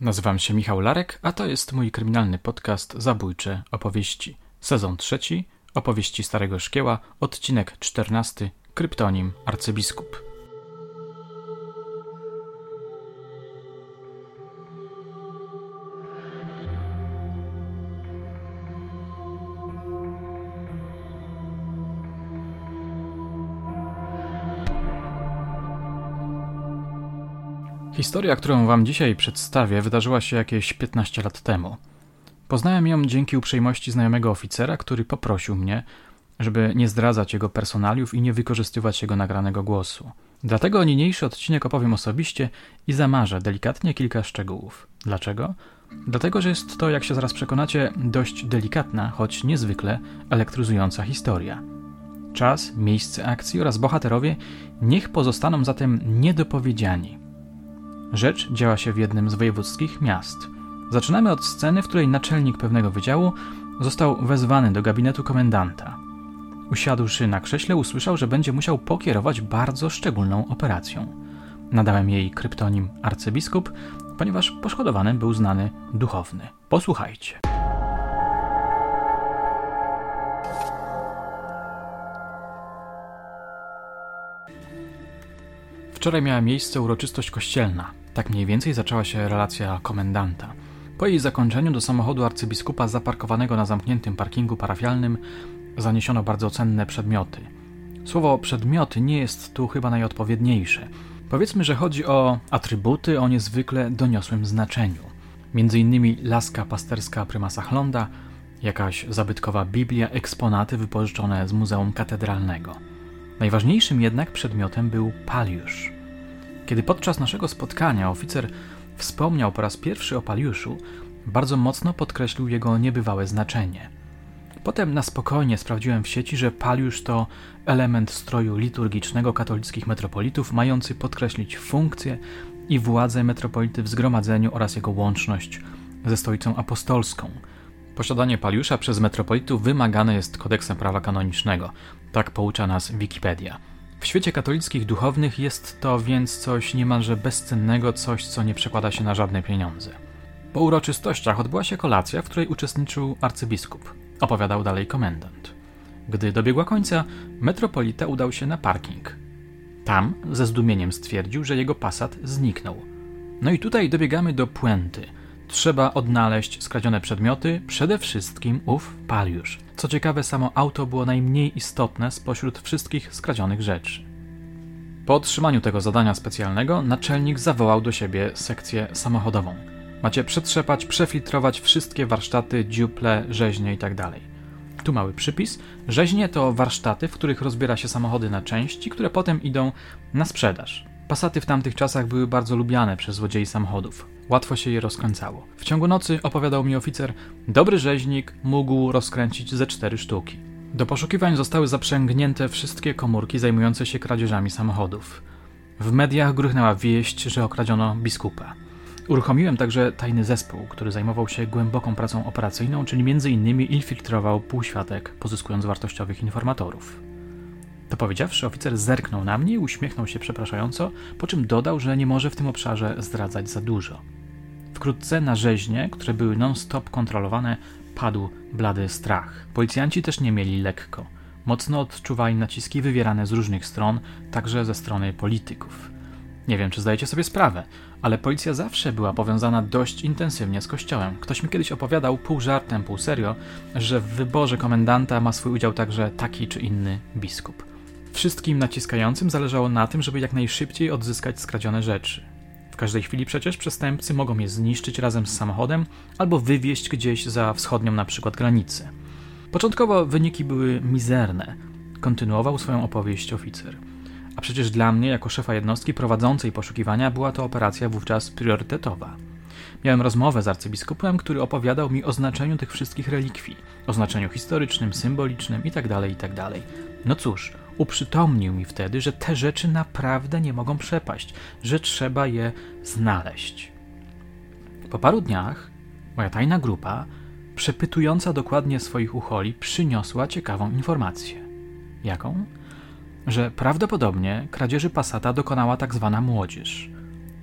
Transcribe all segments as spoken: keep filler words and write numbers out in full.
Nazywam się Michał Larek, a to jest mój kryminalny podcast Zabójcze opowieści. Sezon trzeci, opowieści Starego Szkieła, odcinek czternasty, kryptonim Arcybiskup. Historia, którą wam dzisiaj przedstawię, wydarzyła się jakieś piętnaście lat temu. Poznałem ją dzięki uprzejmości znajomego oficera, który poprosił mnie, żeby nie zdradzać jego personaliów i nie wykorzystywać jego nagranego głosu. Dlatego niniejszy odcinek opowiem osobiście i zamarzę delikatnie kilka szczegółów. Dlaczego? Dlatego, że jest to, jak się zaraz przekonacie, dość delikatna, choć niezwykle elektryzująca historia. Czas, miejsce akcji oraz bohaterowie niech pozostaną zatem niedopowiedziani. Rzecz działa się w jednym z wojewódzkich miast. Zaczynamy od sceny, w której naczelnik pewnego wydziału został wezwany do gabinetu komendanta. Usiadłszy na krześle, usłyszał, że będzie musiał pokierować bardzo szczególną operacją. Nadałem jej kryptonim Arcybiskup, ponieważ poszkodowanym był znany duchowny. Posłuchajcie. Wczoraj miała miejsce uroczystość kościelna. Tak mniej więcej zaczęła się relacja komendanta. Po jej zakończeniu do samochodu arcybiskupa zaparkowanego na zamkniętym parkingu parafialnym zaniesiono bardzo cenne przedmioty. Słowo przedmioty nie jest tu chyba najodpowiedniejsze. Powiedzmy, że chodzi o atrybuty o niezwykle doniosłym znaczeniu. Między innymi laska pasterska prymasa Hlonda, jakaś zabytkowa Biblia, eksponaty wypożyczone z Muzeum Katedralnego. Najważniejszym jednak przedmiotem był paliusz. Kiedy podczas naszego spotkania oficer wspomniał po raz pierwszy o paliuszu, bardzo mocno podkreślił jego niebywałe znaczenie. Potem na spokojnie sprawdziłem w sieci, że paliusz to element stroju liturgicznego katolickich metropolitów, mający podkreślić funkcję i władzę metropolity w zgromadzeniu oraz jego łączność ze stolicą apostolską. Posiadanie paliusza przez metropolitów wymagane jest kodeksem prawa kanonicznego. Tak poucza nas Wikipedia. W świecie katolickich duchownych jest to więc coś niemalże bezcennego, coś, co nie przekłada się na żadne pieniądze. Po uroczystościach odbyła się kolacja, w której uczestniczył arcybiskup. Opowiadał dalej komendant. Gdy dobiegła końca, metropolita udał się na parking. Tam ze zdumieniem stwierdził, że jego Passat zniknął. No i tutaj dobiegamy do puenty. Trzeba odnaleźć skradzione przedmioty, przede wszystkim ów paliusz. Co ciekawe, samo auto było najmniej istotne spośród wszystkich skradzionych rzeczy. Po otrzymaniu tego zadania specjalnego naczelnik zawołał do siebie sekcję samochodową. Macie przetrzepać, przefiltrować wszystkie warsztaty, dziuple, rzeźnie itd. Tu mały przypis. Rzeźnie to warsztaty, w których rozbiera się samochody na części, które potem idą na sprzedaż. Passaty w tamtych czasach były bardzo lubiane przez złodziei samochodów. Łatwo się je rozkręcało. W ciągu nocy, opowiadał mi oficer, dobry rzeźnik mógł rozkręcić ze cztery sztuki. Do poszukiwań zostały zaprzęgnięte wszystkie komórki zajmujące się kradzieżami samochodów. W mediach gruchnęła wieść, że okradziono biskupa. Uruchomiłem także tajny zespół, który zajmował się głęboką pracą operacyjną, czyli między innymi infiltrował półświatek, pozyskując wartościowych informatorów. To powiedziawszy, oficer zerknął na mnie i uśmiechnął się przepraszająco, po czym dodał, że nie może w tym obszarze zdradzać za dużo. Wkrótce na rzeźnie, które były non-stop kontrolowane, padł blady strach. Policjanci też nie mieli lekko. Mocno odczuwali naciski wywierane z różnych stron, także ze strony polityków. Nie wiem, czy zdajecie sobie sprawę, ale policja zawsze była powiązana dość intensywnie z kościołem. Ktoś mi kiedyś opowiadał, pół żartem, pół serio, że w wyborze komendanta ma swój udział także taki czy inny biskup. Wszystkim naciskającym zależało na tym, żeby jak najszybciej odzyskać skradzione rzeczy. W każdej chwili przecież przestępcy mogą je zniszczyć razem z samochodem albo wywieźć gdzieś za wschodnią na przykład granicę. Początkowo wyniki były mizerne, kontynuował swoją opowieść oficer. A przecież dla mnie, jako szefa jednostki prowadzącej poszukiwania, była to operacja wówczas priorytetowa. Miałem rozmowę z arcybiskupem, który opowiadał mi o znaczeniu tych wszystkich relikwii, o znaczeniu historycznym, symbolicznym itd., itd. No cóż, uprzytomnił mi wtedy, że te rzeczy naprawdę nie mogą przepaść, że trzeba je znaleźć. Po paru dniach moja tajna grupa, przepytująca dokładnie swoich ucholi, przyniosła ciekawą informację. Jaką? Że prawdopodobnie kradzieży Passata dokonała tak zwana młodzież.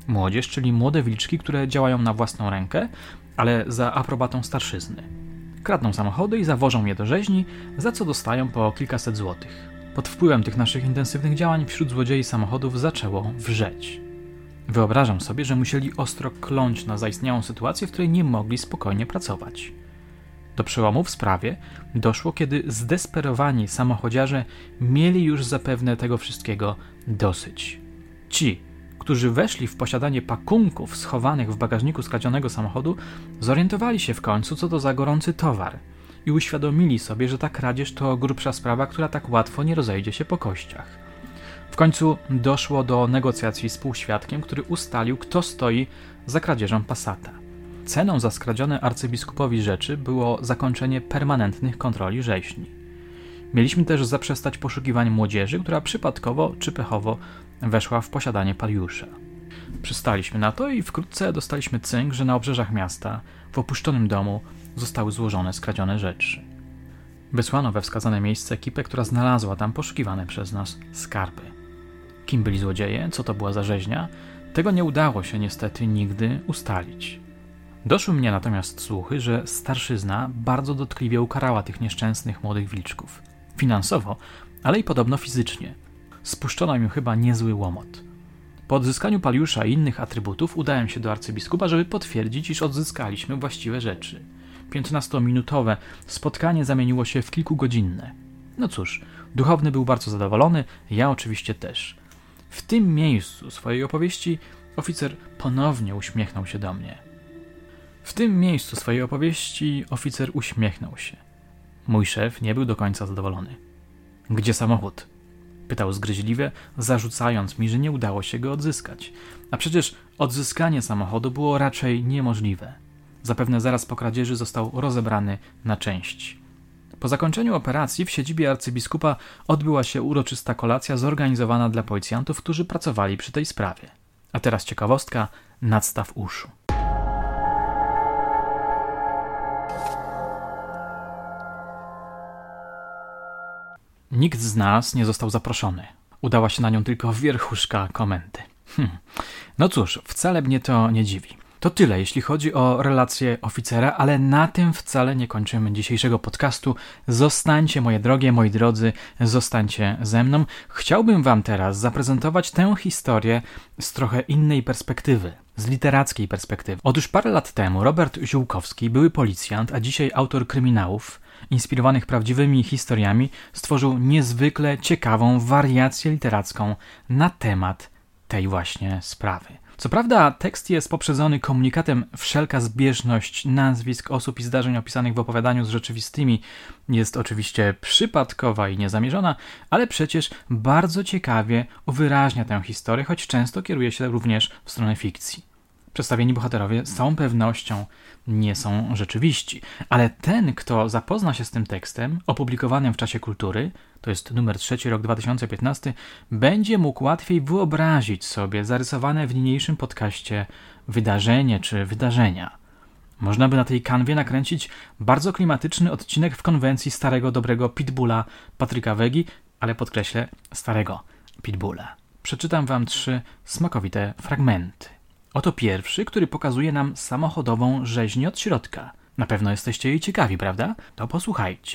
Młodzież, czyli młode wilczki, które działają na własną rękę, ale za aprobatą starszyzny. Kradną samochody i zawożą je do rzeźni, za co dostają po kilkaset złotych. Pod wpływem tych naszych intensywnych działań wśród złodziei samochodów zaczęło wrzeć. Wyobrażam sobie, że musieli ostro kląć na zaistniałą sytuację, w której nie mogli spokojnie pracować. Do przełomu w sprawie doszło, kiedy zdesperowani samochodziarze mieli już zapewne tego wszystkiego dosyć. Ci, którzy weszli w posiadanie pakunków schowanych w bagażniku skradzionego samochodu, zorientowali się w końcu, co to za gorący towar i uświadomili sobie, że ta kradzież to grubsza sprawa, która tak łatwo nie rozejdzie się po kościach. W końcu doszło do negocjacji z półświadkiem, który ustalił, kto stoi za kradzieżą Passata. Ceną za skradzione arcybiskupowi rzeczy było zakończenie permanentnych kontroli rzeźni. Mieliśmy też zaprzestać poszukiwań młodzieży, która przypadkowo czy pechowo weszła w posiadanie Paliusza. Przystaliśmy na to i wkrótce dostaliśmy cynk, że na obrzeżach miasta, w opuszczonym domu, zostały złożone skradzione rzeczy. Wysłano we wskazane miejsce ekipę, która znalazła tam poszukiwane przez nas skarby. Kim byli złodzieje, co to była za rzeźnia, tego nie udało się niestety nigdy ustalić. Doszły mnie natomiast słuchy, że starszyzna bardzo dotkliwie ukarała tych nieszczęsnych młodych wilczków. Finansowo, ale i podobno fizycznie. Spuszczono im chyba niezły łomot. Po odzyskaniu Paliusza i innych atrybutów udałem się do arcybiskupa, żeby potwierdzić, iż odzyskaliśmy właściwe rzeczy. Piętnastominutowe spotkanie zamieniło się w kilkugodzinne. No cóż, duchowny był bardzo zadowolony, ja oczywiście też. W tym miejscu swojej opowieści oficer ponownie uśmiechnął się do mnie. W tym miejscu swojej opowieści oficer uśmiechnął się. Mój szef nie był do końca zadowolony. Gdzie samochód? Pytał zgryźliwie, zarzucając mi, że nie udało się go odzyskać. A przecież odzyskanie samochodu było raczej niemożliwe. Zapewne zaraz po kradzieży został rozebrany na części. Po zakończeniu operacji w siedzibie arcybiskupa odbyła się uroczysta kolacja zorganizowana dla policjantów, którzy pracowali przy tej sprawie. A teraz ciekawostka, nadstaw uszu. Nikt z nas nie został zaproszony. Udała się na nią tylko wierchuszka komendy. Hm. No cóż, wcale mnie to nie dziwi. To tyle, jeśli chodzi o relację oficera, ale na tym wcale nie kończymy dzisiejszego podcastu. Zostańcie, moje drogie, moi drodzy, zostańcie ze mną. Chciałbym wam teraz zaprezentować tę historię z trochę innej perspektywy, z literackiej perspektywy. Otóż parę lat temu Robert Ziółkowski, były policjant, a dzisiaj autor kryminałów, inspirowanych prawdziwymi historiami, stworzył niezwykle ciekawą wariację literacką na temat tej właśnie sprawy. Co prawda tekst jest poprzedzony komunikatem wszelka zbieżność nazwisk, osób i zdarzeń opisanych w opowiadaniu z rzeczywistymi jest oczywiście przypadkowa i niezamierzona, ale przecież bardzo ciekawie uwyrażnia tę historię, choć często kieruje się również w stronę fikcji. Przedstawieni bohaterowie z całą pewnością nie są rzeczywiści, ale ten, kto zapozna się z tym tekstem, opublikowanym w Czasie Kultury, to jest numer trzeci, rok dwa tysiące piętnasty, będzie mógł łatwiej wyobrazić sobie zarysowane w niniejszym podcaście wydarzenie czy wydarzenia. Można by na tej kanwie nakręcić bardzo klimatyczny odcinek w konwencji starego, dobrego Pitbulla Patryka Wegi, ale podkreślę, starego Pitbulla. Przeczytam wam trzy smakowite fragmenty. Oto pierwszy, który pokazuje nam samochodową rzeźnię od środka. Na pewno jesteście jej ciekawi, prawda? To posłuchajcie.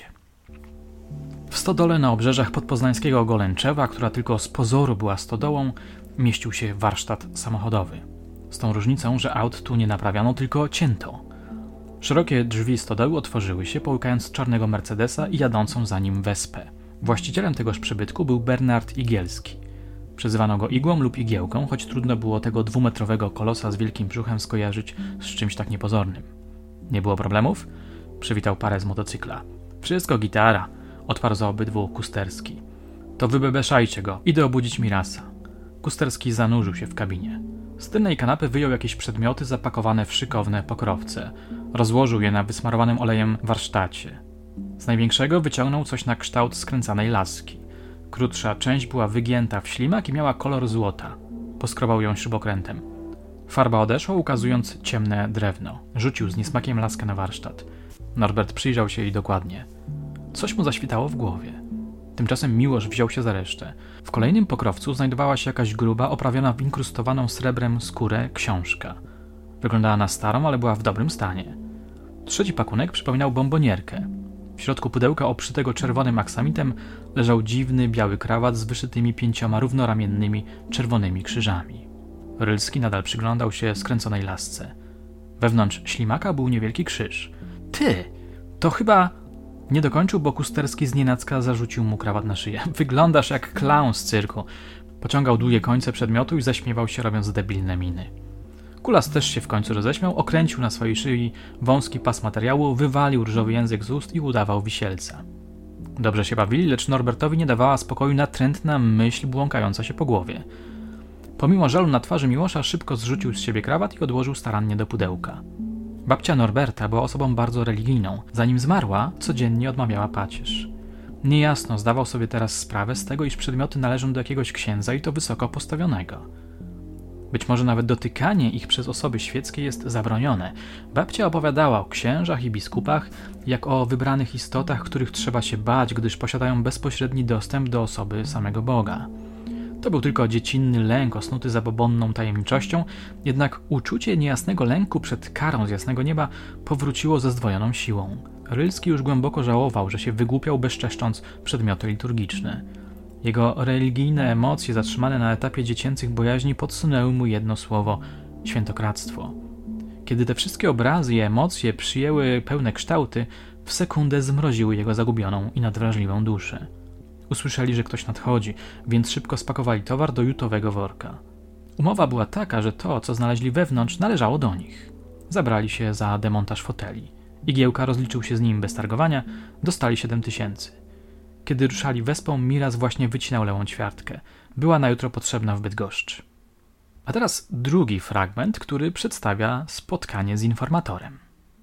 W stodole na obrzeżach podpoznańskiego Golęczewa, która tylko z pozoru była stodołą, mieścił się warsztat samochodowy. Z tą różnicą, że aut tu nie naprawiano, tylko cięto. Szerokie drzwi stodoły otworzyły się, połykając czarnego Mercedesa i jadącą za nim Wespę. Właścicielem tegoż przybytku był Bernard Igielski. Przezywano go Igłą lub Igiełką, choć trudno było tego dwumetrowego kolosa z wielkim brzuchem skojarzyć z czymś tak niepozornym. Nie było problemów? Przywitał parę z motocykla. Wszystko gitara, odparł za obydwu Kusterski. To wybebeszajcie go, idę obudzić Mirasa. Kusterski zanurzył się w kabinie. Z tylnej kanapy wyjął jakieś przedmioty zapakowane w szykowne pokrowce. Rozłożył je na wysmarowanym olejem warsztacie. Z największego wyciągnął coś na kształt skręcanej laski. Krótsza część była wygięta w ślimak i miała kolor złota. Poskrobał ją śrubokrętem. Farba odeszła, ukazując ciemne drewno. Rzucił z niesmakiem laskę na warsztat. Norbert przyjrzał się jej dokładnie. Coś mu zaświtało w głowie. Tymczasem Miłosz wziął się za resztę. W kolejnym pokrowcu znajdowała się jakaś gruba, oprawiona w inkrustowaną srebrem skórę książka. Wyglądała na starą, ale była w dobrym stanie. Trzeci pakunek przypominał bombonierkę. W środku pudełka obszytego czerwonym aksamitem leżał dziwny, biały krawat z wyszytymi pięcioma równoramiennymi, czerwonymi krzyżami. Rylski nadal przyglądał się skręconej lasce. Wewnątrz ślimaka był niewielki krzyż. Ty! To chyba... Nie dokończył, bo Kusterski znienacka zarzucił mu krawat na szyję. Wyglądasz jak klaun z cyrku. Pociągał długie końce przedmiotu i zaśmiewał się, robiąc debilne miny. Kulas też się w końcu roześmiał, okręcił na swojej szyi wąski pas materiału, wywalił różowy język z ust i udawał wisielca. Dobrze się bawili, lecz Norbertowi nie dawała spokoju natrętna myśl błąkająca się po głowie. Pomimo żalu na twarzy Miłosza szybko zrzucił z siebie krawat i odłożył starannie do pudełka. Babcia Norberta była osobą bardzo religijną. Zanim zmarła, codziennie odmawiała pacierz. Niejasno zdawał sobie teraz sprawę z tego, iż przedmioty należą do jakiegoś księdza i to wysoko postawionego. Być może nawet dotykanie ich przez osoby świeckie jest zabronione. Babcia opowiadała o księżach i biskupach, jak o wybranych istotach, których trzeba się bać, gdyż posiadają bezpośredni dostęp do osoby samego Boga. To był tylko dziecinny lęk osnuty zabobonną tajemniczością, jednak uczucie niejasnego lęku przed karą z jasnego nieba powróciło ze zdwojoną siłą. Rylski już głęboko żałował, że się wygłupiał bezczeszcząc przedmioty liturgiczne. Jego religijne emocje zatrzymane na etapie dziecięcych bojaźni podsunęły mu jedno słowo – świętokradztwo. Kiedy te wszystkie obrazy i emocje przyjęły pełne kształty, w sekundę zmroziły jego zagubioną i nadwrażliwą duszę. Usłyszeli, że ktoś nadchodzi, więc szybko spakowali towar do jutowego worka. Umowa była taka, że to, co znaleźli wewnątrz, należało do nich. Zabrali się za demontaż foteli. Igiełka rozliczył się z nim bez targowania, dostali siedem tysięcy. Kiedy ruszali wespą, Miraz właśnie wycinał lewą ćwiartkę. Była na jutro potrzebna w Bydgoszczy. A teraz drugi fragment, który przedstawia spotkanie z informatorem.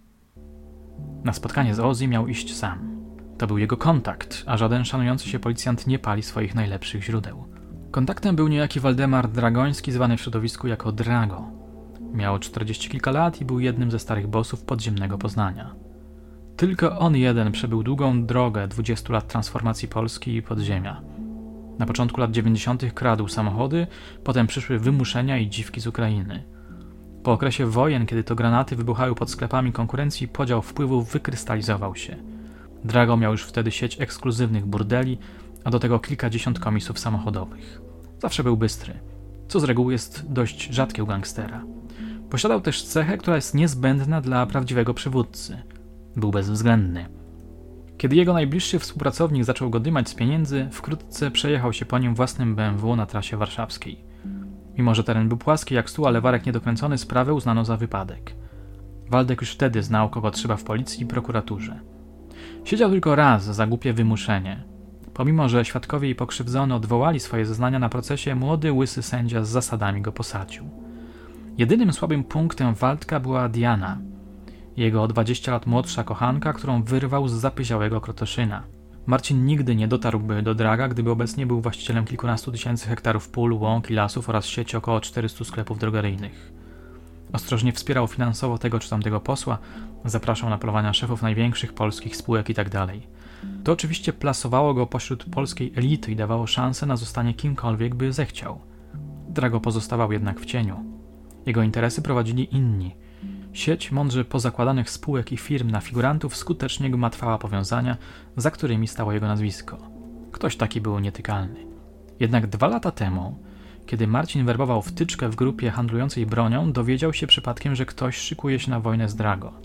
Na spotkanie z Ozzy miał iść sam. To był jego kontakt, a żaden szanujący się policjant nie pali swoich najlepszych źródeł. Kontaktem był niejaki Waldemar Dragoński, zwany w środowisku jako Drago. Miał czterdzieści kilka lat i był jednym ze starych bossów podziemnego Poznania. Tylko on jeden przebył długą drogę dwudziestu lat transformacji Polski i podziemia. Na początku lat dziewięćdziesiątych kradł samochody, potem przyszły wymuszenia i dziwki z Ukrainy. Po okresie wojen, kiedy to granaty wybuchały pod sklepami konkurencji, podział wpływów wykrystalizował się. Drago miał już wtedy sieć ekskluzywnych burdeli, a do tego kilkadziesiąt komisów samochodowych. Zawsze był bystry, co z reguły jest dość rzadkie u gangstera. Posiadał też cechę, która jest niezbędna dla prawdziwego przywódcy. Był bezwzględny. Kiedy jego najbliższy współpracownik zaczął go dymać z pieniędzy, wkrótce przejechał się po nim własnym B M W na trasie warszawskiej. Mimo że teren był płaski jak stół, a lewarek niedokręcony, sprawę uznano za wypadek. Waldek już wtedy znał, kogo trzeba w policji i prokuraturze. Siedział tylko raz za głupie wymuszenie. Pomimo że świadkowie i pokrzywdzony odwołali swoje zeznania na procesie, młody, łysy sędzia z zasadami go posadził. Jedynym słabym punktem Waldka była Diana, jego o dwadzieścia lat młodsza kochanka, którą wyrwał z zapyziałego Krotoszyna. Marcin nigdy nie dotarłby do Draga, gdyby obecnie był właścicielem kilkunastu tysięcy hektarów pól, łąk i lasów oraz sieci około czterystu sklepów drogeryjnych. Ostrożnie wspierał finansowo tego czy tamtego posła, zapraszał na polowania szefów największych polskich spółek itd. To oczywiście plasowało go pośród polskiej elity i dawało szansę na zostanie kimkolwiek by zechciał. Drago pozostawał jednak w cieniu. Jego interesy prowadzili inni. Sieć mądrze pozakładanych spółek i firm na figurantów skutecznie gmatwała powiązania, za którymi stało jego nazwisko. Ktoś taki był nietykalny. Jednak dwa lata temu, kiedy Marcin werbował wtyczkę w grupie handlującej bronią, dowiedział się przypadkiem, że ktoś szykuje się na wojnę z Drago.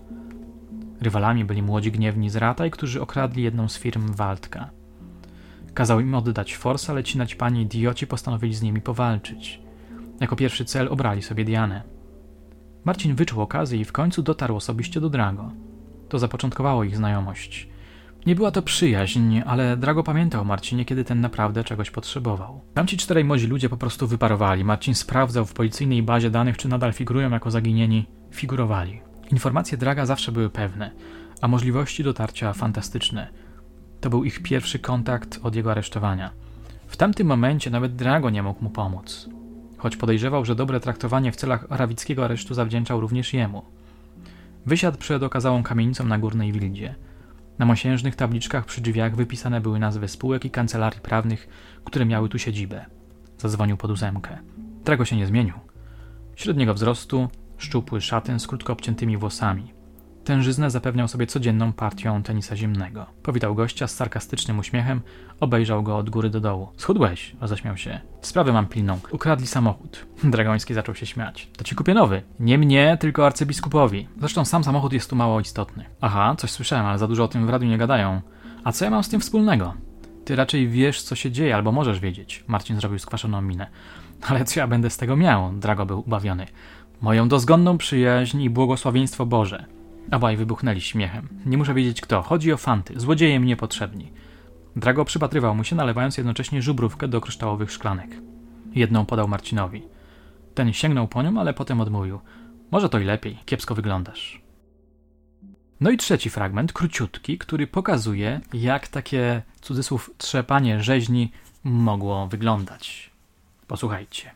Rywalami byli młodzi gniewni z Rataj, którzy okradli jedną z firm Waldka. Kazał im oddać forsa, ale ci naćpani idioci postanowili z nimi powalczyć. Jako pierwszy cel obrali sobie Dianę. Marcin wyczuł okazję i w końcu dotarł osobiście do Drago. To zapoczątkowało ich znajomość. Nie była to przyjaźń, ale Drago pamiętał Marcinie, kiedy ten naprawdę czegoś potrzebował. Tamci czterej młodzi ludzie po prostu wyparowali. Marcin sprawdzał w policyjnej bazie danych, czy nadal figurują jako zaginieni. Figurowali. Informacje Draga zawsze były pewne, a możliwości dotarcia fantastyczne. To był ich pierwszy kontakt od jego aresztowania. W tamtym momencie nawet Drago nie mógł mu pomóc. Choć podejrzewał, że dobre traktowanie w celach rawickiego aresztu zawdzięczał również jemu. Wysiadł przed okazałą kamienicą na Górnej Wildzie. Na mosiężnych tabliczkach przy drzwiach wypisane były nazwy spółek i kancelarii prawnych, które miały tu siedzibę. Zadzwonił pod ósemkę. Drago się nie zmienił. Średniego wzrostu, szczupły szatyn z krótko obciętymi włosami. Tężyznę zapewniał sobie codzienną partią tenisa zimnego. Powitał gościa z sarkastycznym uśmiechem, obejrzał go od góry do dołu. Schudłeś, roześmiał się. Sprawę mam pilną. Ukradli samochód. Dragoński zaczął się śmiać. To ci kupię nowy. Nie mnie, tylko arcybiskupowi. Zresztą sam samochód jest tu mało istotny. Aha, coś słyszałem, ale za dużo o tym w radiu nie gadają. A co ja mam z tym wspólnego? Ty raczej wiesz, co się dzieje, albo możesz wiedzieć. Marcin zrobił skwaszoną minę. Ale co ja będę z tego miał? Drago był ubawiony. Moją dozgonną przyjaźń i błogosławieństwo Boże. Obaj wybuchnęli śmiechem. Nie muszę wiedzieć kto. Chodzi o fanty. Złodzieje mi niepotrzebni. Drago przypatrywał mu się, nalewając jednocześnie żubrówkę do kryształowych szklanek. Jedną podał Marcinowi. Ten sięgnął po nią, ale potem odmówił. Może to i lepiej. Kiepsko wyglądasz. No i trzeci fragment, króciutki, który pokazuje, jak takie, cudzysłów, trzepanie rzeźni mogło wyglądać. Posłuchajcie.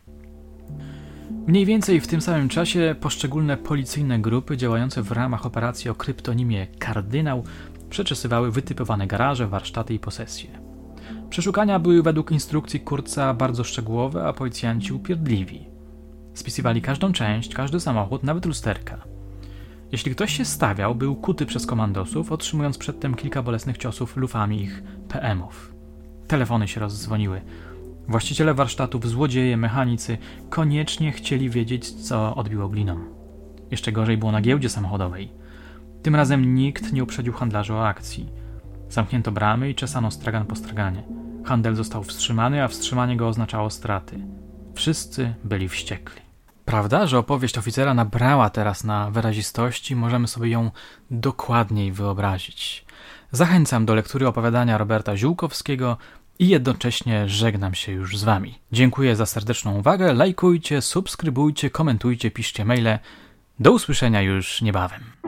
Mniej więcej w tym samym czasie poszczególne policyjne grupy działające w ramach operacji o kryptonimie Kardynał przeczesywały wytypowane garaże, warsztaty i posesje. Przeszukania były według instrukcji Kurca bardzo szczegółowe, a policjanci upierdliwi. Spisywali każdą część, każdy samochód, nawet lusterka. Jeśli ktoś się stawiał, był kuty przez komandosów, otrzymując przedtem kilka bolesnych ciosów lufami ich P M-ów. Telefony się rozdzwoniły. Właściciele warsztatów, złodzieje, mechanicy koniecznie chcieli wiedzieć, co odbiło gliną. Jeszcze gorzej było na giełdzie samochodowej. Tym razem nikt nie uprzedził handlarzy o akcji. Zamknięto bramy i czesano stragan po straganie. Handel został wstrzymany, a wstrzymanie go oznaczało straty. Wszyscy byli wściekli. Prawda, że opowieść oficera nabrała teraz na wyrazistości, możemy sobie ją dokładniej wyobrazić. Zachęcam do lektury opowiadania Roberta Ziółkowskiego i jednocześnie żegnam się już z wami. Dziękuję za serdeczną uwagę, lajkujcie, subskrybujcie, komentujcie, piszcie maile. Do usłyszenia już niebawem.